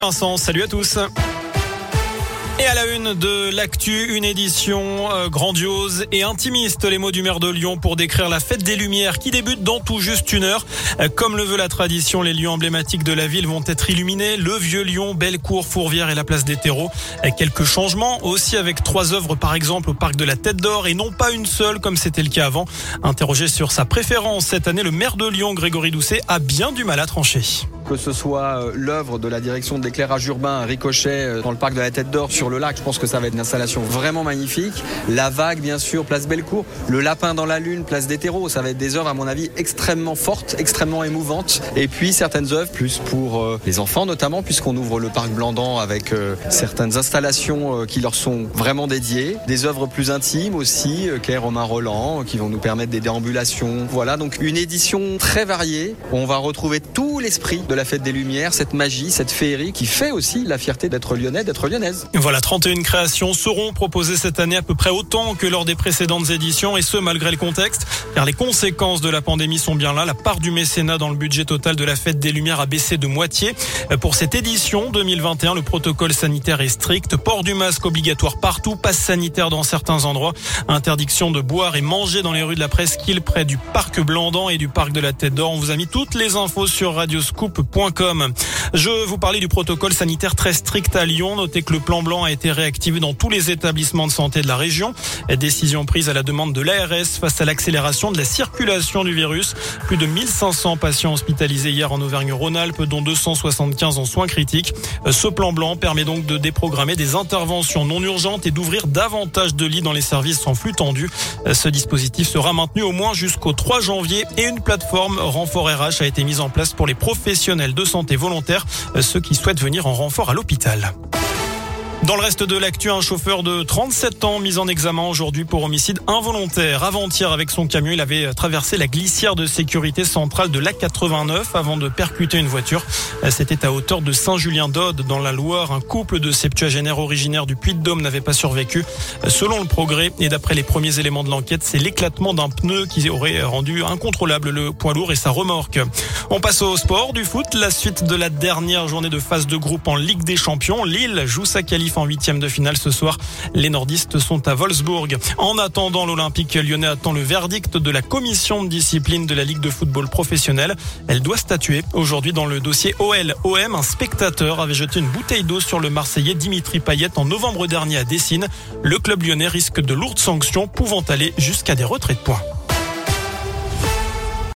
Vincent, salut à tous. Et à la une de l'actu, une édition grandiose et intimiste, les mots du maire de Lyon pour décrire la fête des Lumières qui débute dans tout juste une heure. Comme le veut la tradition, les lieux emblématiques de la ville vont être illuminés. Le Vieux Lyon, Bellecour, Fourvière et la place des Terreaux. Quelques changements aussi avec 3 œuvres par exemple au parc de la Tête d'Or et non pas une seule comme c'était le cas avant. Interrogé sur sa préférence cette année, le maire de Lyon, Grégory Doucet, a bien du mal à trancher. Que ce soit l'œuvre de la direction de l'éclairage urbain, un ricochet dans le parc de la Tête d'Or sur le lac, je pense que ça va être une installation vraiment magnifique. La vague, bien sûr, place Bellecour. Le lapin dans la lune, place des Terreaux. Ça va être des œuvres, à mon avis, extrêmement fortes, extrêmement émouvantes. Et puis certaines œuvres plus pour les enfants, notamment, puisqu'on ouvre le parc Blandan avec certaines installations qui leur sont vraiment dédiées. Des œuvres plus intimes aussi, quai Romain Roland, qui vont nous permettre des déambulations. Voilà, donc une édition très variée. On va retrouver tout l'esprit de la fête des Lumières, cette magie, cette féerie qui fait aussi la fierté d'être lyonnais, d'être lyonnaise. Voilà, 31 créations seront proposées cette année, à peu près autant que lors des précédentes éditions, et ce malgré le contexte, car les conséquences de la pandémie sont bien là. La part du mécénat dans le budget total de la fête des Lumières a baissé de moitié. Pour cette édition 2021, le protocole sanitaire est strict, port du masque obligatoire partout, passe sanitaire dans certains endroits, interdiction de boire et manger dans les rues de la Presqu'île près du parc Blandan et du parc de la Tête d'Or. On vous a mis toutes les infos sur radioscoop.com. Je vous parlais du protocole sanitaire très strict à Lyon. Notez que le plan blanc a été réactivé dans tous les établissements de santé de la région. Décision prise à la demande de l'ARS face à l'accélération de la circulation du virus. Plus de 1500 patients hospitalisés hier en Auvergne-Rhône-Alpes, dont 275 en soins critiques. Ce plan blanc permet donc de déprogrammer des interventions non urgentes et d'ouvrir davantage de lits dans les services en flux tendu. Ce dispositif sera maintenu au moins jusqu'au 3 janvier et une plateforme renfort RH a été mise en place pour les professionnels de santé volontaires, ceux qui souhaitent venir en renfort à l'hôpital. Dans le reste de l'actu, un chauffeur de 37 ans mis en examen aujourd'hui pour homicide involontaire. Avant-hier, avec son camion, il avait traversé la glissière de sécurité centrale de l'A89 avant de percuter une voiture. C'était à hauteur de Saint-Julien-d'Aude, dans la Loire. Un couple de septuagénaires originaires du Puy-de-Dôme n'avait pas survécu. Selon le Progrès, et d'après les premiers éléments de l'enquête, c'est l'éclatement d'un pneu qui aurait rendu incontrôlable le poids lourd et sa remorque. On passe au sport, du foot. La suite de la dernière journée de phase de groupe en Ligue des Champions. Lille joue sa qualif en 8e de finale ce soir. Les nordistes sont à Wolfsburg. En attendant, l'Olympique lyonnais attend le verdict de la commission de discipline de la Ligue de football professionnelle. Elle doit statuer aujourd'hui dans le dossier OL-OM. Un spectateur avait jeté une bouteille d'eau sur le Marseillais Dimitri Payet en novembre dernier à Dessine. Le club lyonnais risque de lourdes sanctions pouvant aller jusqu'à des retraits de points.